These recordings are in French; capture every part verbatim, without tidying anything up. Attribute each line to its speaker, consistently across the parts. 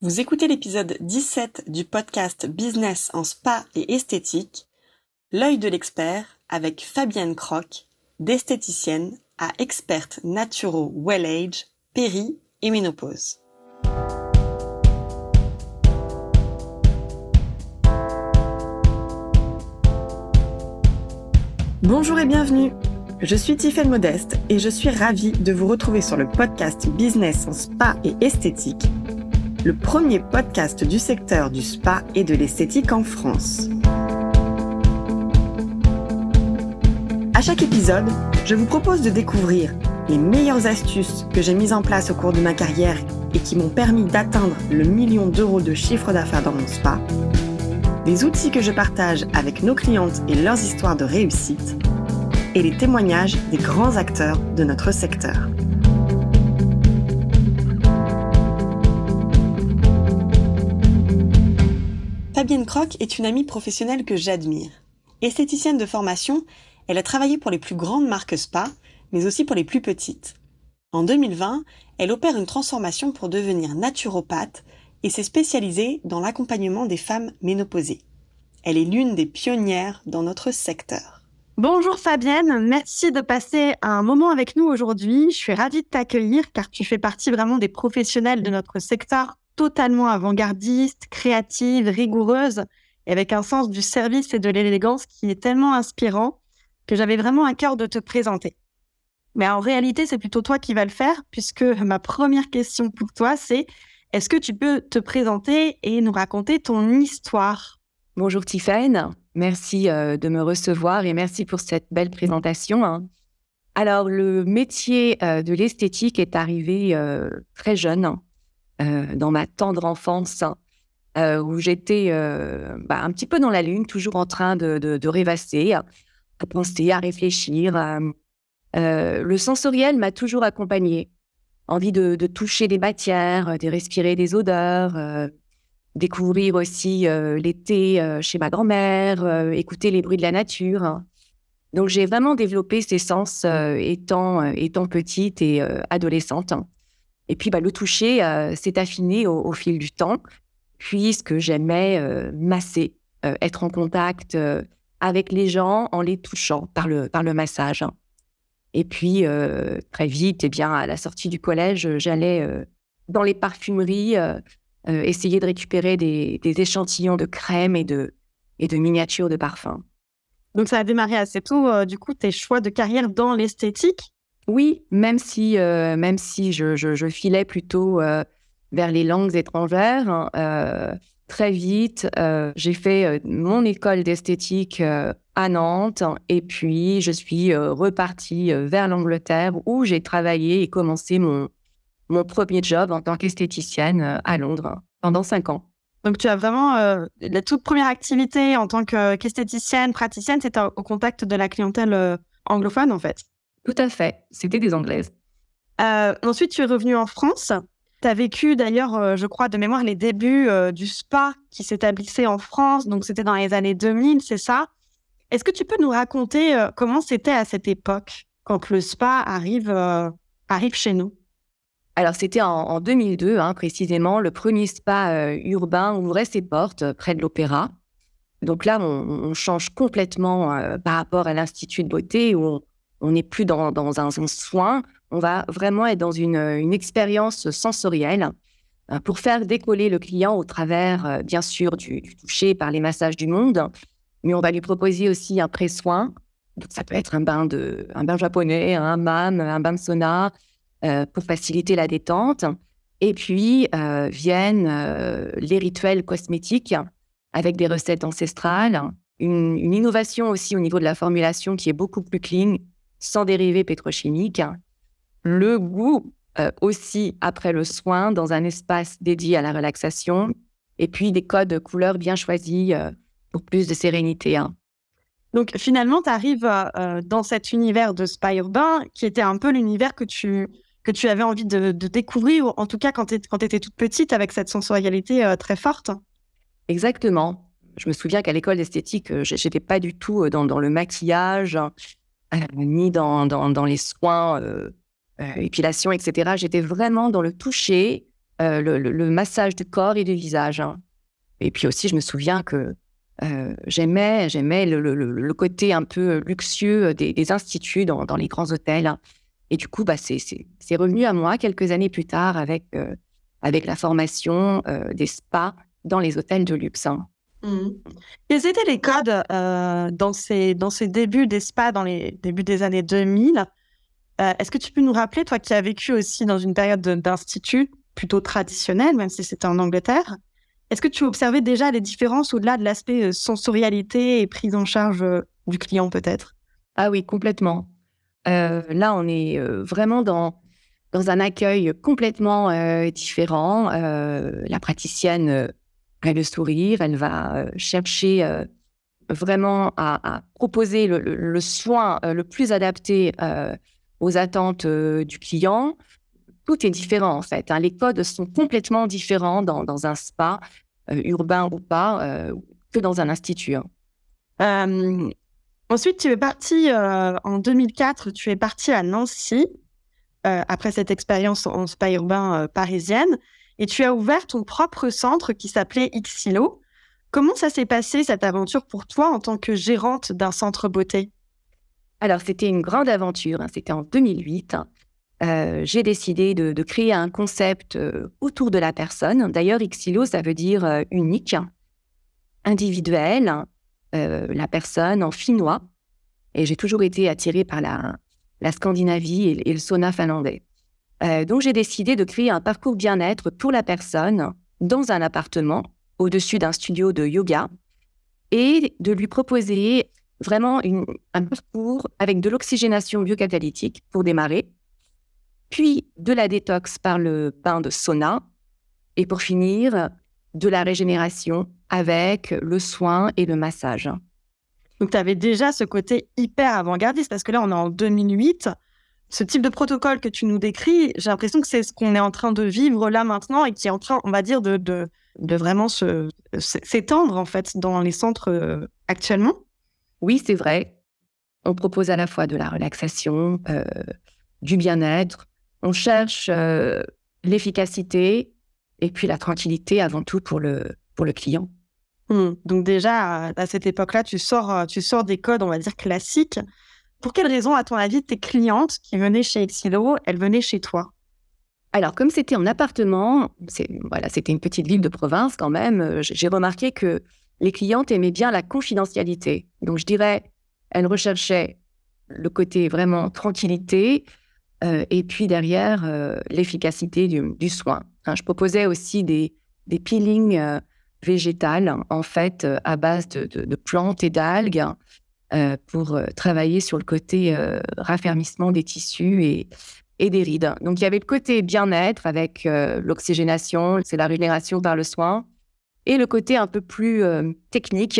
Speaker 1: Vous écoutez l'épisode dix-sept du podcast Business en spa et esthétique, l'œil de l'expert avec Fabienne Croc, d'esthéticienne à experte naturo well age, péri et ménopause. Bonjour et bienvenue. Je suis Tiffaine Modeste et je suis ravie de vous retrouver sur le podcast Business en spa et esthétique, le premier podcast du secteur du spa et de l'esthétique en France. À chaque épisode, je vous propose de découvrir les meilleures astuces que j'ai mises en place au cours de ma carrière et qui m'ont permis d'atteindre le million d'euros de chiffre d'affaires dans mon spa, des outils que je partage avec nos clientes et leurs histoires de réussite, et les témoignages des grands acteurs de notre secteur. Fabienne Croc est une amie professionnelle que j'admire. Esthéticienne de formation, elle a travaillé pour les plus grandes marques spa, mais aussi pour les plus petites. En deux mille vingt, elle opère une transformation pour devenir naturopathe et s'est spécialisée dans l'accompagnement des femmes ménopausées. Elle est l'une des pionnières dans notre secteur. Bonjour Fabienne, merci de passer un moment avec nous aujourd'hui. Je suis ravie de t'accueillir car tu fais partie vraiment des professionnels de notre secteur totalement avant-gardiste, créative, rigoureuse et avec un sens du service et de l'élégance qui est tellement inspirant que j'avais vraiment à cœur de te présenter. Mais en réalité, c'est plutôt toi qui vas le faire puisque ma première question pour toi, c'est est-ce que tu peux te présenter et nous raconter ton histoire ?
Speaker 2: Bonjour Tiffaine, merci euh, de me recevoir et merci pour cette belle présentation. Hein. Alors, le métier euh, de l'esthétique est arrivé euh, très jeune, euh, dans ma tendre enfance, euh, où j'étais euh, bah, un petit peu dans la lune, toujours en train de, de, de rêvasser, à penser, à réfléchir. Euh, euh, le sensoriel m'a toujours accompagnée. Envie de, de toucher des matières, de respirer des odeurs, euh, découvrir aussi euh, l'été euh, chez ma grand-mère, euh, écouter les bruits de la nature. Donc, j'ai vraiment développé ces sens euh, étant, euh, étant petite et euh, adolescente. Et puis, bah, le toucher euh, s'est affiné au, au fil du temps, puisque j'aimais euh, masser, euh, être en contact euh, avec les gens en les touchant par le, par le massage. Et puis, euh, très vite, eh bien, à la sortie du collège, j'allais euh, dans les parfumeries euh, euh, essayer de récupérer des, des échantillons de crème et de, et de miniatures de parfums.
Speaker 1: Donc, ça a démarré assez tôt, euh, du coup, tes choix de carrière dans l'esthétique ?
Speaker 2: Oui, même si, euh, même si je, je, je filais plutôt euh, vers les langues étrangères, euh, très vite, euh, j'ai fait euh, mon école d'esthétique euh, à Nantes et puis je suis euh, repartie euh, vers l'Angleterre où j'ai travaillé et commencé mon, mon premier job en tant qu'esthéticienne euh, à Londres pendant cinq ans.
Speaker 1: Donc, tu as vraiment euh, la toute première activité en tant que, qu'esthéticienne, praticienne, c'était au contact de la clientèle euh, anglophone, en fait.
Speaker 2: Tout à fait, c'était des Anglaises.
Speaker 1: Euh, ensuite, tu es revenue en France. Tu as vécu d'ailleurs, euh, je crois, de mémoire, les débuts euh, du spa qui s'établissait en France. Donc, c'était dans les années deux mille, c'est ça ? Est-ce que tu peux nous raconter euh, comment c'était à cette époque, quand le spa arrive, euh, arrive chez nous ?
Speaker 2: Alors, c'était en, en deux mille deux, hein, précisément, le premier spa euh, urbain ouvrait ses portes euh, près de l'Opéra. Donc là, on, on change complètement euh, par rapport à l'Institut de beauté où on n'est plus dans, dans un, un soin. On va vraiment être dans une, une expérience sensorielle euh, pour faire décoller le client au travers, euh, bien sûr, du, du toucher par les massages du monde. Mais on va lui proposer aussi un pré-soin. Donc, ça peut être un bain, de, un bain japonais, un hammam, un bain de sauna euh, pour faciliter la détente. Et puis, euh, viennent euh, les rituels cosmétiques avec des recettes ancestrales, une, une innovation aussi au niveau de la formulation qui est beaucoup plus clean, sans dérivés pétrochimiques, le goût euh, aussi après le soin dans un espace dédié à la relaxation, et puis des codes couleurs bien choisis euh, pour plus de sérénité. Hein.
Speaker 1: Donc finalement, tu arrives euh, dans cet univers de spa urbain qui était un peu l'univers que tu, que tu avais envie de, de découvrir, en tout cas quand tu étais toute petite, avec cette sensorialité euh, très forte.
Speaker 2: Exactement. Je me souviens qu'à l'école d'esthétique, je n'étais pas du tout dans, dans le maquillage, euh, ni dans, dans, dans les soins, euh, euh, épilation, et cetera. J'étais vraiment dans le toucher, euh, le, le, le massage du corps et du visage. Hein. Et puis aussi, je me souviens que euh, j'aimais, j'aimais le, le, le côté un peu luxueux des, des instituts dans, dans les grands hôtels. Hein. Et du coup, bah, c'est, c'est, c'est revenu à moi quelques années plus tard avec, euh, avec la formation euh, des spas dans les hôtels de luxe. Hein.
Speaker 1: Mmh. Quels étaient les codes euh, dans, ces, dans ces débuts des spas, dans les débuts des années deux mille? Euh, est-ce que tu peux nous rappeler, toi qui as vécu aussi dans une période de, d'institut plutôt traditionnelle, même si c'était en Angleterre, est-ce que tu observais déjà les différences au-delà de l'aspect euh, sensorialité et prise en charge euh, du client peut-être?
Speaker 2: Ah oui, complètement. Euh, là, on est euh, vraiment dans, dans un accueil complètement euh, différent. Euh, la praticienne euh, a le sourire, elle va euh, chercher euh, vraiment à, à proposer le, le, le soin euh, le plus adapté euh, aux attentes euh, du client. Tout est différent en fait. Hein. Les codes sont complètement différents dans, dans un spa, euh, urbain ou pas, euh, que dans un institut. Hein.
Speaker 1: Euh, Ensuite, tu es parti euh, en deux mille quatre, tu es parti à Nancy euh, après cette expérience en spa urbain euh, parisienne et tu as ouvert ton propre centre qui s'appelait Xilo. Comment ça s'est passé cette aventure pour toi en tant que gérante d'un centre beauté?
Speaker 2: Alors, c'était une grande aventure. Hein. C'était en deux mille huit. Hein. Euh, j'ai décidé de, de créer un concept euh, autour de la personne. D'ailleurs, Xilo, ça veut dire euh, unique, individuel, euh, la personne en finnois. Et j'ai toujours été attirée par la, la Scandinavie et, et le sauna finlandais. Euh, donc, j'ai décidé de créer un parcours bien-être pour la personne dans un appartement au-dessus d'un studio de yoga et de lui proposer vraiment une, un parcours avec de l'oxygénation biocatalytique pour démarrer, puis de la détox par le bain de sauna et pour finir, de la régénération avec le soin et le massage.
Speaker 1: Donc, tu avais déjà ce côté hyper avant-gardiste parce que là, on est en deux mille huit. Ce type de protocole que tu nous décris, j'ai l'impression que c'est ce qu'on est en train de vivre là maintenant et qui est en train, on va dire, de, de, de vraiment se, s'étendre en fait dans les centres euh, actuellement.
Speaker 2: Oui, c'est vrai. On propose à la fois de la relaxation, euh, du bien-être. On cherche euh, l'efficacité et puis la tranquillité avant tout pour le, pour le client.
Speaker 1: Mmh. Donc déjà, à, à cette époque-là, tu sors, tu sors des codes, on va dire, classiques. Pour quelle raison, à ton avis, tes clientes qui venaient chez Xilo, elles venaient chez toi?
Speaker 2: Alors, comme c'était en appartement, c'est, voilà, c'était une petite ville de province quand même, euh, j'ai remarqué que les clientes aimaient bien la confidentialité. Donc, je dirais, elles recherchaient le côté vraiment tranquillité euh, et puis derrière, euh, l'efficacité du, du soin. Hein, je proposais aussi des, des peelings euh, végétales, en fait, euh, à base de, de, de plantes et d'algues euh, pour euh, travailler sur le côté euh, raffermissement des tissus et et des rides. Donc, il y avait le côté bien-être avec euh, l'oxygénation, c'est la régénération par le soin, et le côté un peu plus euh, technique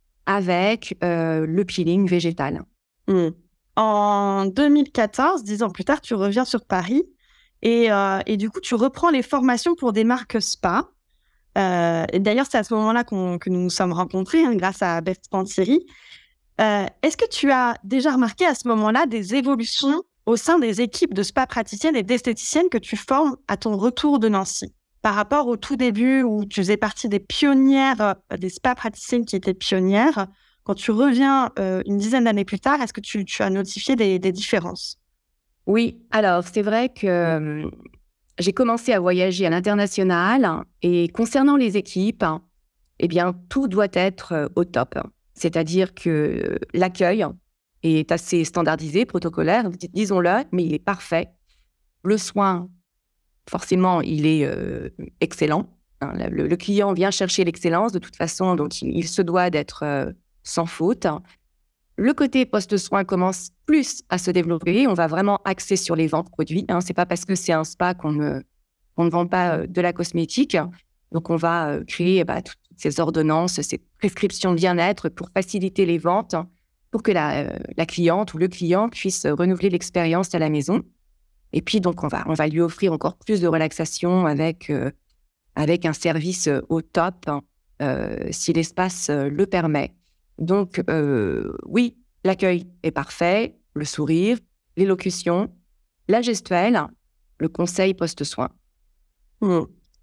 Speaker 2: avec euh, le peeling végétal.
Speaker 1: Mmh. En deux mille quatorze, dix ans plus tard, tu reviens sur Paris et, euh, et du coup, tu reprends les formations pour des marques spa. Euh, et d'ailleurs, c'est à ce moment-là qu'on, que nous nous sommes rencontrés hein, grâce à Beth Pantieri. Euh, est-ce que tu as déjà remarqué à ce moment-là des évolutions au sein des équipes de spa praticiennes et d'esthéticiennes que tu formes à ton retour de Nancy par rapport au tout début où tu faisais partie des pionnières, euh, des spa praticiennes qui étaient pionnières? Quand tu reviens euh, une dizaine d'années plus tard, est-ce que tu, tu as notifié des, des différences?
Speaker 2: Oui, alors c'est vrai que euh, j'ai commencé à voyager à l'international et concernant les équipes, eh bien, tout doit être euh, au top. C'est-à-dire que euh, l'accueil est assez standardisé, protocolaire, dis- disons-le, mais il est parfait. Le soin, forcément, il est euh, excellent. Hein, le, le client vient chercher l'excellence de toute façon, donc il, il se doit d'être euh, sans faute. Le côté post-soin commence plus à se développer. On va vraiment axer sur les ventes produits. Hein. C'est pas parce que c'est un spa qu'on ne, on ne vend pas euh, de la cosmétique. Donc, on va euh, créer bah, toutes ces ordonnances, ces prescriptions de bien-être pour faciliter les ventes, pour que la, euh, la cliente ou le client puisse renouveler l'expérience à la maison. Et puis, donc, on va, on va lui offrir encore plus de relaxation avec, euh, avec un service euh, au top, hein, euh, si l'espace euh, le permet. Donc, euh, oui, l'accueil est parfait, le sourire, l'élocution, la gestuelle, le conseil post-soin.
Speaker 1: Mmh.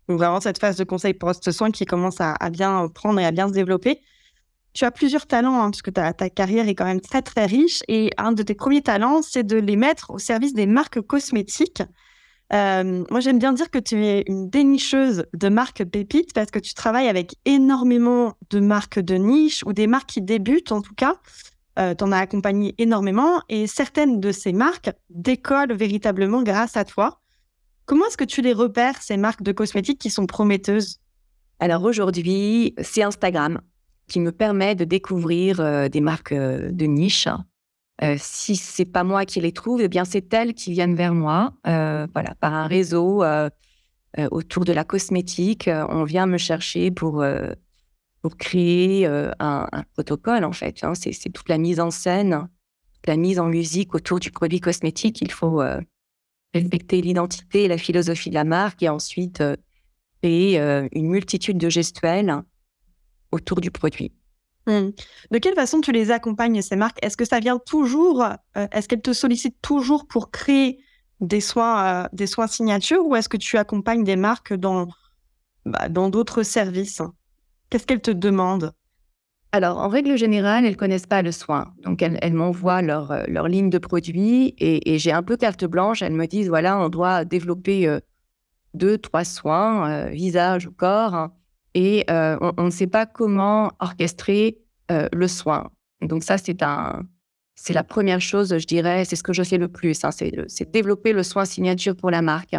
Speaker 1: Donc vraiment cette phase de conseil post-soin qui commence à, à bien prendre et à bien se développer. Tu as plusieurs talents, hein, puisque ta, ta carrière est quand même très, très riche. Et un de tes premiers talents, c'est de les mettre au service des marques cosmétiques. Euh, moi, j'aime bien dire que tu es une dénicheuse de marques pépites parce que tu travailles avec énormément de marques de niche ou des marques qui débutent, en tout cas. Euh, tu en as accompagné énormément et certaines de ces marques décollent véritablement grâce à toi. Comment est-ce que tu les repères, ces marques de cosmétiques qui sont prometteuses?
Speaker 2: Alors aujourd'hui, c'est Instagram qui me permet de découvrir euh, des marques euh, de niche. Euh, si c'est pas moi qui les trouve, eh bien c'est elles qui viennent vers moi, euh, voilà, par un réseau euh, euh, autour de la cosmétique. Euh, on vient me chercher pour euh, pour créer euh, un, un protocole en fait. Hein. C'est, c'est toute la mise en scène, la mise en musique autour du produit cosmétique. Il faut euh, respecter l'identité et la philosophie de la marque et ensuite euh, créer euh, une multitude de gestuels autour du produit.
Speaker 1: Mmh. De quelle façon tu les accompagnes, ces marques? Est-ce que ça vient toujours, euh, est-ce qu'elles te sollicitent toujours pour créer des soins, euh, des soins signatures ou est-ce que tu accompagnes des marques dans, bah, dans d'autres services? Qu'est-ce qu'elles te demandent?
Speaker 2: Alors, en règle générale, elles ne connaissent pas le soin. Donc, elles, elles m'envoient leur, euh, leur ligne de produits et, et j'ai un peu carte blanche. Elles me disent, voilà, on doit développer euh, deux, trois soins, euh, visage ou corps, hein, et euh, on, on ne sait pas comment orchestrer euh, le soin. Donc ça, c'est un, c'est la première chose, je dirais, c'est ce que je fais le plus, hein, c'est, c'est développer le soin signature pour la marque.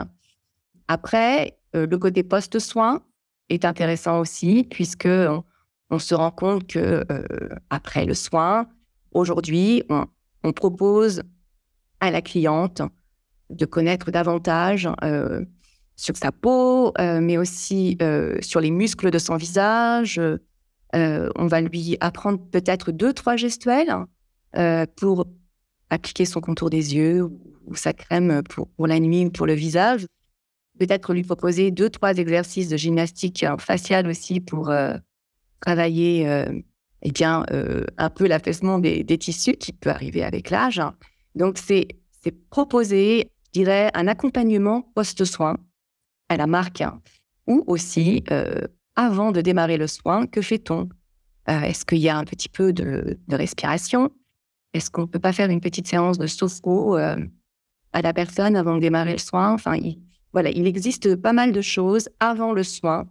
Speaker 2: Après, euh, le côté post-soin est intéressant aussi, puisque on, on se rend compte que euh, après le soin, aujourd'hui, on, on propose à la cliente de connaître davantage euh, sur sa peau, euh, mais aussi euh, sur les muscles de son visage. Euh, on va lui apprendre peut-être deux, trois gestuels euh, pour appliquer son contour des yeux ou, ou sa crème pour, pour la nuit ou pour le visage. Peut-être lui proposer deux, trois exercices de gymnastique faciale aussi pour euh, travailler euh, eh bien, euh, un peu l'affaissement des, des tissus qui peut arriver avec l'âge. Donc, c'est, c'est proposer, je dirais, un accompagnement post-soin à la marque ou aussi, euh, avant de démarrer le soin, que fait-on? euh, Est-ce qu'il y a un petit peu de, de respiration? Est-ce qu'on ne peut pas faire une petite séance de sophro euh, à la personne avant de démarrer le soin? Enfin, il, voilà, il existe pas mal de choses avant le soin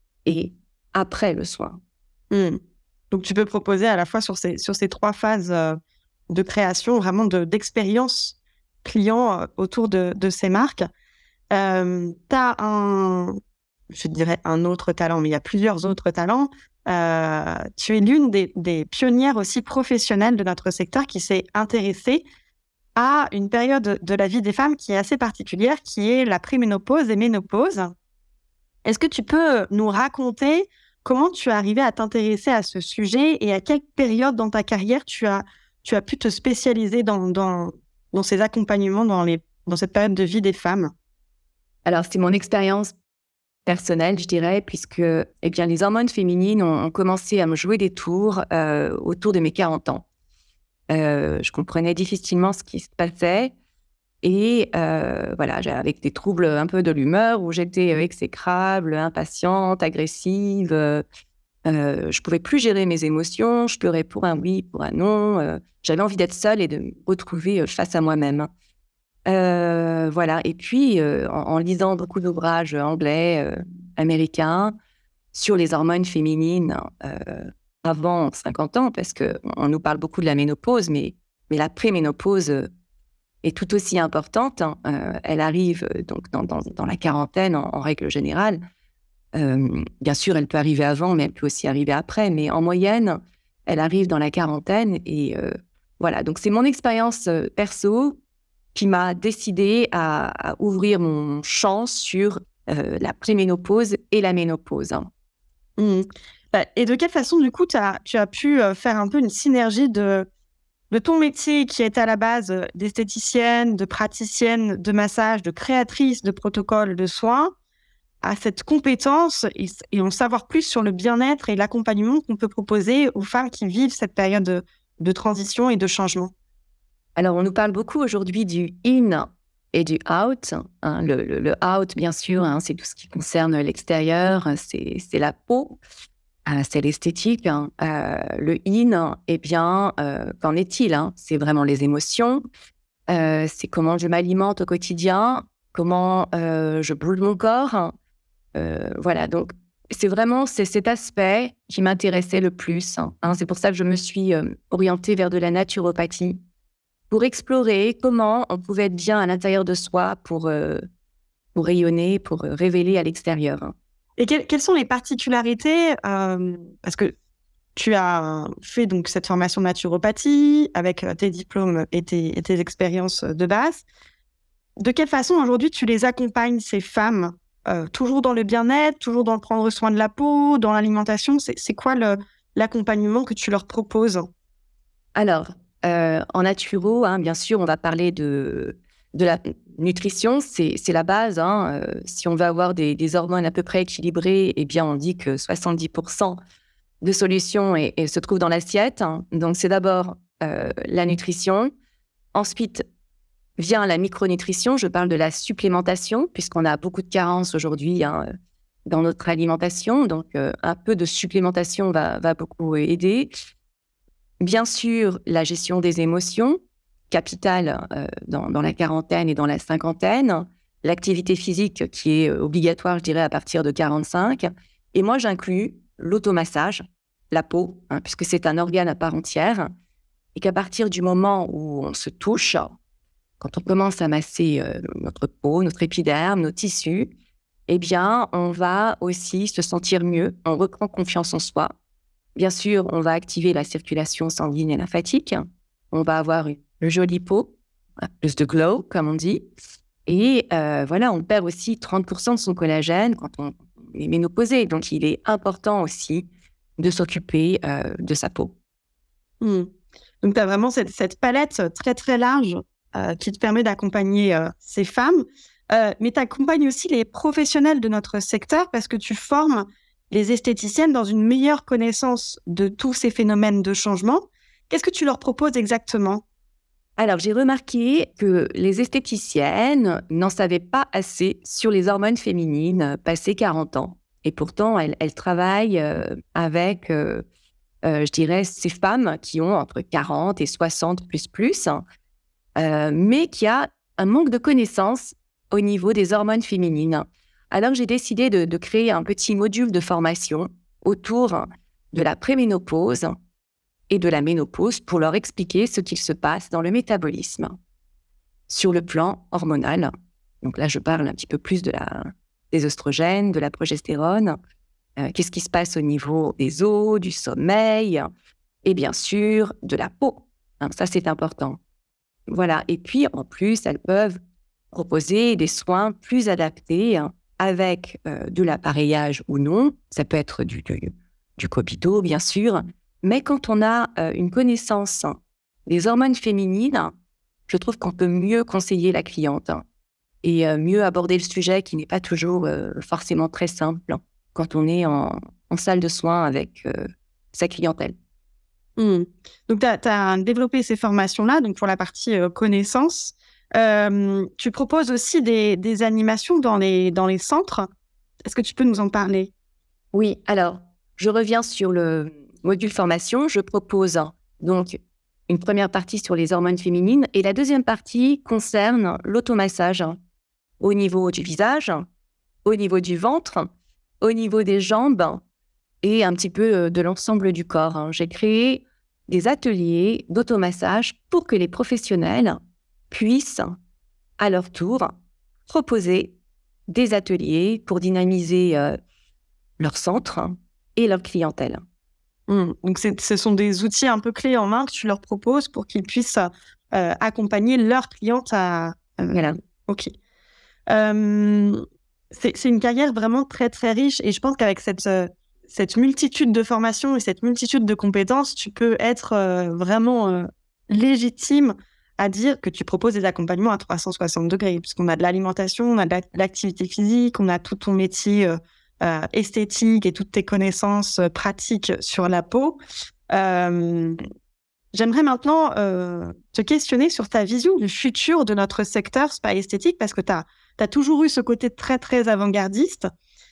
Speaker 2: et après le soin.
Speaker 1: Mmh. Donc, tu peux proposer à la fois sur ces, sur ces trois phases euh, de création, vraiment de, d'expérience client euh, autour de, de ces marques. Euh, tu as un, je dirais un autre talent, mais il y a plusieurs autres talents. Euh, tu es l'une des, des pionnières aussi professionnelles de notre secteur qui s'est intéressée à une période de la vie des femmes qui est assez particulière, qui est la préménopause et ménopause. Est-ce que tu peux nous raconter comment tu es arrivée à t'intéresser à ce sujet et à quelle période dans ta carrière tu as, tu as pu te spécialiser dans, dans, dans ces accompagnements, dans, les, dans cette période de vie des femmes?
Speaker 2: Alors, c'est mon expérience personnelle, je dirais, puisque eh bien, les hormones féminines ont, ont commencé à me jouer des tours euh, autour de mes quarante ans. Euh, je comprenais difficilement ce qui se passait. Et euh, voilà, avec des troubles un peu de l'humeur où j'étais exécrable, impatiente, agressive. Euh, euh, je ne pouvais plus gérer mes émotions. Je pleurais pour un oui, pour un non. Euh, j'avais envie d'être seule et de me retrouver face à moi-même. Euh, voilà. Et puis, euh, en, en lisant beaucoup d'ouvrages anglais, euh, américains, sur les hormones féminines euh, avant cinquante ans, parce qu'on nous parle beaucoup de la ménopause, mais, mais la préménopause euh, est tout aussi importante. Hein. Euh, elle arrive euh, donc dans, dans, dans la quarantaine en, en règle générale. Euh, bien sûr, elle peut arriver avant, mais elle peut aussi arriver après. Mais en moyenne, elle arrive dans la quarantaine. Et euh, voilà, donc c'est mon expérience euh, perso qui m'a décidée à, à ouvrir mon champ sur euh, la préménopause et la ménopause. Hein.
Speaker 1: Mmh. Bah, et de quelle façon, du coup, t'as, tu as pu euh, faire un peu une synergie de, de ton métier qui est à la base euh, d'esthéticienne, de praticienne de massage, de créatrice de protocoles de soins, à cette compétence et, et en savoir plus sur le bien-être et l'accompagnement qu'on peut proposer aux femmes qui vivent cette période de, de transition et de changement?
Speaker 2: Alors, on nous parle beaucoup aujourd'hui du in et du out. Hein. Le, le, le out, bien sûr, hein, c'est tout ce qui concerne l'extérieur, c'est, c'est la peau, euh, c'est l'esthétique. Hein. Euh, le in, eh bien, euh, qu'en est-il hein? C'est vraiment les émotions, euh, c'est comment je m'alimente au quotidien, comment euh, je bouge mon corps. Euh, voilà, donc c'est vraiment c'est cet aspect qui m'intéressait le plus. Hein. C'est pour ça que je me suis euh, orientée vers de la naturopathie, pour explorer comment on pouvait être bien à l'intérieur de soi pour, euh, pour rayonner, pour euh, révéler à l'extérieur. Hein.
Speaker 1: Et que, quelles sont les particularités euh, parce que tu as fait donc cette formation de naturopathie avec tes diplômes et tes, et tes expériences de base. De quelle façon aujourd'hui tu les accompagnes, ces femmes euh, toujours dans le bien-être, toujours dans le prendre soin de la peau, dans l'alimentation? C'est, c'est quoi le, l'accompagnement que tu leur proposes?
Speaker 2: Alors, euh, en naturo, hein, bien sûr, on va parler de, de la nutrition, c'est, c'est la base. Hein. Euh, si on veut avoir des, des hormones à peu près équilibrées, eh bien, on dit que soixante-dix pour cent de solutions et, et se trouvent dans l'assiette. Hein. Donc, c'est d'abord euh, la nutrition. Ensuite, vient la micronutrition. Je parle de la supplémentation, puisqu'on a beaucoup de carences aujourd'hui hein, dans notre alimentation. Donc, euh, un peu de supplémentation va, va beaucoup aider. Bien sûr, la gestion des émotions, capitale euh, dans, dans la quarantaine et dans la cinquantaine. L'activité physique qui est obligatoire, je dirais, à partir de quarante-cinq. Et moi, j'inclus l'automassage, la peau, hein, puisque c'est un organe à part entière. Et qu'à partir du moment où on se touche, quand on commence à masser euh, notre peau, notre épiderme, nos tissus, eh bien, on va aussi se sentir mieux, on reprend confiance en soi. Bien sûr, on va activer la circulation sanguine et lymphatique. On va avoir une jolie peau, plus de glow, comme on dit. Et euh, voilà, on perd aussi trente pour cent de son collagène quand on est ménopausé. Donc, il est important aussi de s'occuper euh, de sa peau.
Speaker 1: Mmh. Donc, tu as vraiment cette, cette palette très, très large euh, qui te permet d'accompagner euh, ces femmes. Euh, mais tu accompagnes aussi les professionnels de notre secteur parce que tu formes les esthéticiennes dans une meilleure connaissance de tous ces phénomènes de changement. Qu'est-ce que tu leur proposes exactement?
Speaker 2: Alors, j'ai remarqué que les esthéticiennes n'en savaient pas assez sur les hormones féminines passées quarante ans. Et pourtant, elles, elles travaillent euh, avec, euh, euh, je dirais, ces femmes qui ont entre quarante et soixante plus plus, euh, mais qui a un manque de connaissances au niveau des hormones féminines. Alors, j'ai décidé de, de créer un petit module de formation autour de la préménopause et de la ménopause pour leur expliquer ce qu'il se passe dans le métabolisme sur le plan hormonal. Donc là, je parle un petit peu plus de la, des oestrogènes, de la progestérone, euh, qu'est-ce qui se passe au niveau des os, du sommeil et bien sûr de la peau. Hein, ça, c'est important. Voilà. Et puis, en plus, elles peuvent proposer des soins plus adaptés hein, avec euh, de l'appareillage ou non. Ça peut être du, du, du Copito, bien sûr. Mais quand on a euh, une connaissance des hormones féminines, je trouve qu'on peut mieux conseiller la cliente hein, et euh, mieux aborder le sujet qui n'est pas toujours euh, forcément très simple quand on est en, en salle de soins avec euh, sa clientèle.
Speaker 1: Mmh. Donc, tu as développé ces formations-là, donc pour la partie euh, connaissance. Euh, tu proposes aussi des, des animations dans les, dans les centres. Est-ce que tu peux nous en parler?
Speaker 2: Oui, alors, je reviens sur le module formation. Je propose donc une première partie sur les hormones féminines et la deuxième partie concerne l'automassage au niveau du visage, au niveau du ventre, au niveau des jambes et un petit peu de l'ensemble du corps. J'ai créé des ateliers d'automassage pour que les professionnels puissent, à leur tour, proposer des ateliers pour dynamiser euh, leur centre et leur clientèle.
Speaker 1: Mmh. Donc, c'est, ce sont des outils un peu clés en main que tu leur proposes pour qu'ils puissent euh, accompagner leurs clientes à... Euh,
Speaker 2: voilà.
Speaker 1: OK. Euh, c'est, c'est une carrière vraiment très, très riche et je pense qu'avec cette, euh, cette multitude de formations et cette multitude de compétences, tu peux être euh, vraiment euh, légitime à dire que tu proposes des accompagnements à trois cent soixante degrés, puisqu'on a de l'alimentation, on a de l'activité physique, on a tout ton métier euh, euh, esthétique et toutes tes connaissances euh, pratiques sur la peau. Euh, J'aimerais maintenant euh, te questionner sur ta vision du futur de notre secteur spa esthétique, parce que tu as toujours eu ce côté très, très avant-gardiste.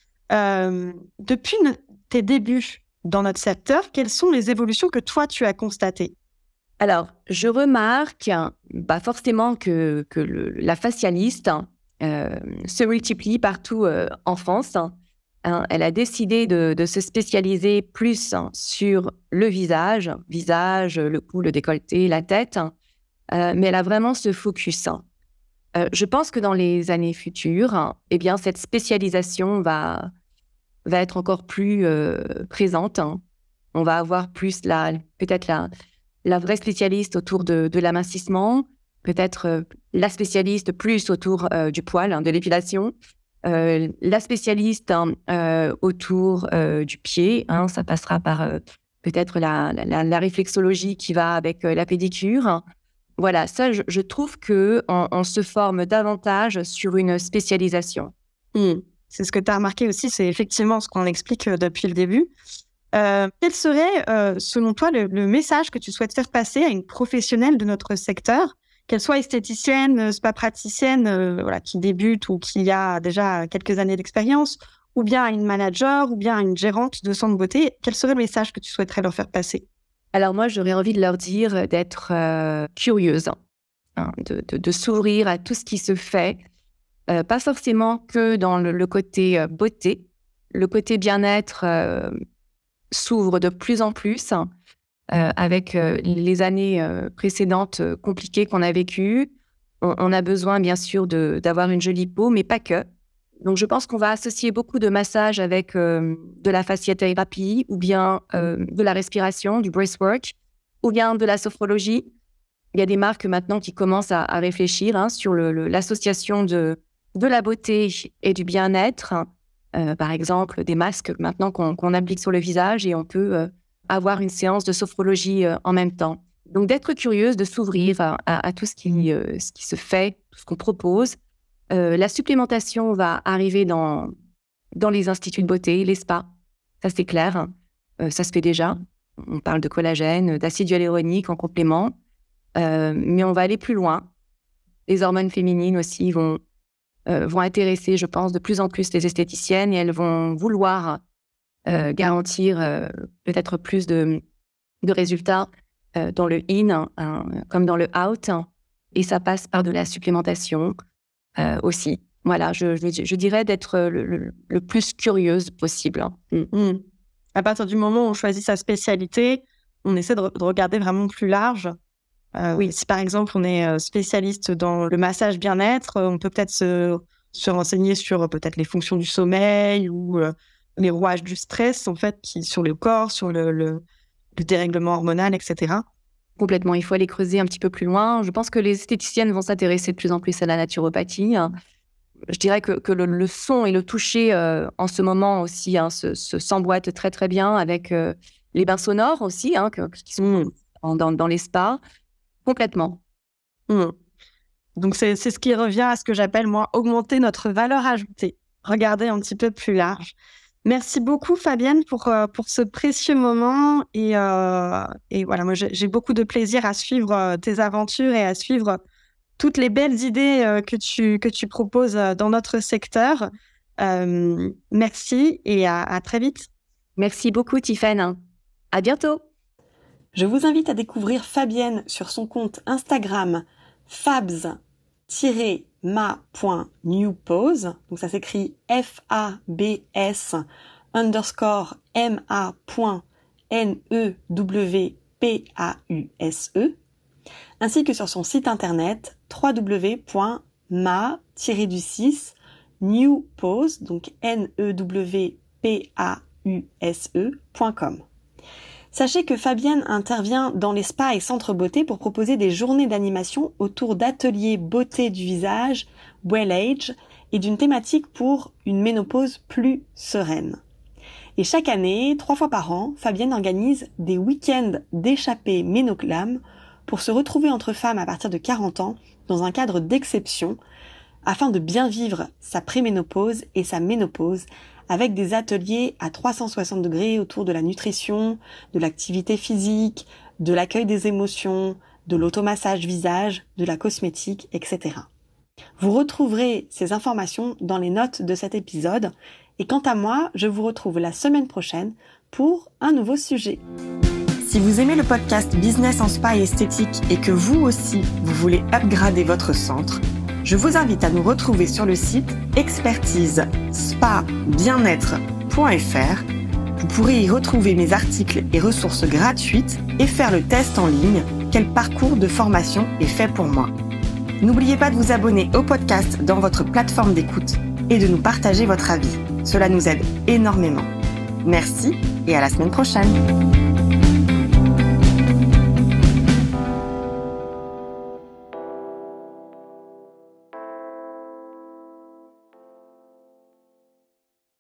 Speaker 1: Euh, depuis no- tes débuts dans notre secteur, quelles sont les évolutions que toi, tu as constatées?
Speaker 2: Alors, je remarque hein, bah forcément que, que le- la facialiste hein, euh, se multiplie partout euh, en France. Hein. Hein, elle a décidé de, de se spécialiser plus hein, sur le visage, visage, le cou, le décolleté, la tête, hein, euh, mais elle a vraiment ce focus. Hein. Euh, je pense que dans les années futures, hein, eh bien, cette spécialisation va, va être encore plus euh, présente. Hein. On va avoir plus la, peut-être la, la vraie spécialiste autour de, de l'amincissement, peut-être euh, la spécialiste plus autour euh, du poil, hein, de l'épilation, euh, la spécialiste hein, euh, autour euh, du pied. Hein, ça passera par euh, peut-être la, la, la réflexologie qui va avec euh, la pédicure. Voilà, ça, je, je trouve que on, on se forme davantage sur une spécialisation.
Speaker 1: Hmm. C'est ce que tu as remarqué aussi, c'est effectivement ce qu'on explique euh, depuis le début. Euh, quel serait, euh, selon toi, le, le message que tu souhaites faire passer à une professionnelle de notre secteur, qu'elle soit esthéticienne, euh, spa praticienne, euh, voilà, qui débute ou qui a déjà quelques années d'expérience, ou bien à une manager, ou bien à une gérante de centre de beauté? Quel serait le message que tu souhaiterais leur faire passer?
Speaker 2: Alors moi, j'aurais envie de leur dire d'être euh, curieuse, hein, de, de, de s'ouvrir à tout ce qui se fait, euh, pas forcément que dans le, le côté euh, beauté. Le côté bien-être euh, s'ouvre de plus en plus hein, euh, avec euh, les années euh, précédentes euh, compliquées qu'on a vécues. On, on a besoin, bien sûr, de, d'avoir une jolie peau, mais pas que. Donc, je pense qu'on va associer beaucoup de massages avec euh, de la fasciathérapie ou bien euh, de la respiration, du breathwork, ou bien de la sophrologie. Il y a des marques maintenant qui commencent à, à réfléchir hein, sur le, le, l'association de, de la beauté et du bien-être. Euh, par exemple, des masques maintenant qu'on, qu'on applique sur le visage et on peut euh, avoir une séance de sophrologie euh, en même temps. Donc, d'être curieuse, de s'ouvrir à, à, à tout ce qui, euh, ce qui se fait, tout ce qu'on propose. Euh, la supplémentation va arriver dans, dans les instituts de beauté, les spas. Ça, c'est clair. Euh, ça se fait déjà. On parle de collagène, d'acide hyaluronique en complément. Euh, mais on va aller plus loin. Les hormones féminines aussi vont, euh, vont intéresser, je pense, de plus en plus les esthéticiennes et elles vont vouloir euh, garantir euh, peut-être plus de, de résultats euh, dans le in hein, comme dans le out. Et ça passe par de la supplémentation euh, aussi. Voilà, je, je, je dirais d'être le, le, le plus curieuse possible.
Speaker 1: Mm. Mm. À partir du moment où on choisit sa spécialité, on essaie de, re- de regarder vraiment plus large. Euh,
Speaker 2: Oui,
Speaker 1: si par exemple on est euh, spécialiste dans le massage bien-être, euh, on peut peut-être se, se renseigner sur euh, peut-être les fonctions du sommeil ou euh, les rouages du stress en fait qui sur le corps, sur le, le, le dérèglement hormonal, et cetera.
Speaker 2: complètement. Il faut aller creuser un petit peu plus loin. Je pense que les esthéticiennes vont s'intéresser de plus en plus à la naturopathie. Je dirais que, que le, le son et le toucher euh, en ce moment aussi hein, se, se, s'emboîtent très très bien avec euh, les bains sonores aussi, hein, que, qui sont
Speaker 1: Mm.
Speaker 2: en, dans, dans les spas, complètement.
Speaker 1: Mm. Donc c'est c'est ce qui revient à ce que j'appelle moi augmenter notre valeur ajoutée, regarder un petit peu plus large. Merci beaucoup Fabienne pour euh, pour ce précieux moment et euh, et voilà moi j'ai j'ai beaucoup de plaisir à suivre euh, tes aventures et à suivre toutes les belles idées euh, que tu que tu proposes euh, dans notre secteur. Euh, merci et à, à très vite.
Speaker 2: Merci beaucoup, Tiffaine. À bientôt.
Speaker 1: Je vous invite à découvrir Fabienne sur son compte Instagram fabs-ma.newpose. Donc ça s'écrit F A B S underscore M A point N E W P A U S E, ainsi que sur son site internet w w w point ma tiret newpose, donc N E W P A U S E point com. Sachez que Fabienne intervient dans les spas et centres beauté pour proposer des journées d'animation autour d'ateliers beauté du visage, well age, et d'une thématique pour une ménopause plus sereine. Et chaque année, trois fois par an, Fabienne organise des week-ends d'échappée ménoglam pour se retrouver entre femmes à partir de quarante ans dans un cadre d'exception afin de bien vivre sa préménopause et sa ménopause avec des ateliers à trois cent soixante degrés autour de la nutrition, de l'activité physique, de l'accueil des émotions, de l'automassage visage, de la cosmétique, et cetera. Vous retrouverez ces informations dans les notes de cet épisode. Et quant à moi, je vous retrouve la semaine prochaine pour un nouveau sujet. Si vous aimez le podcast Business en Spa et Esthétique et que vous aussi, vous voulez upgrader votre centre, je vous invite à nous retrouver sur le site expertise spa bien être point f r. Vous pourrez y retrouver mes articles et ressources gratuites et faire le test en ligne « Quel parcours de formation est fait pour moi ?» N'oubliez pas de vous abonner au podcast dans votre plateforme d'écoute et de nous partager votre avis. Cela nous aide énormément. Merci et à la semaine prochaine.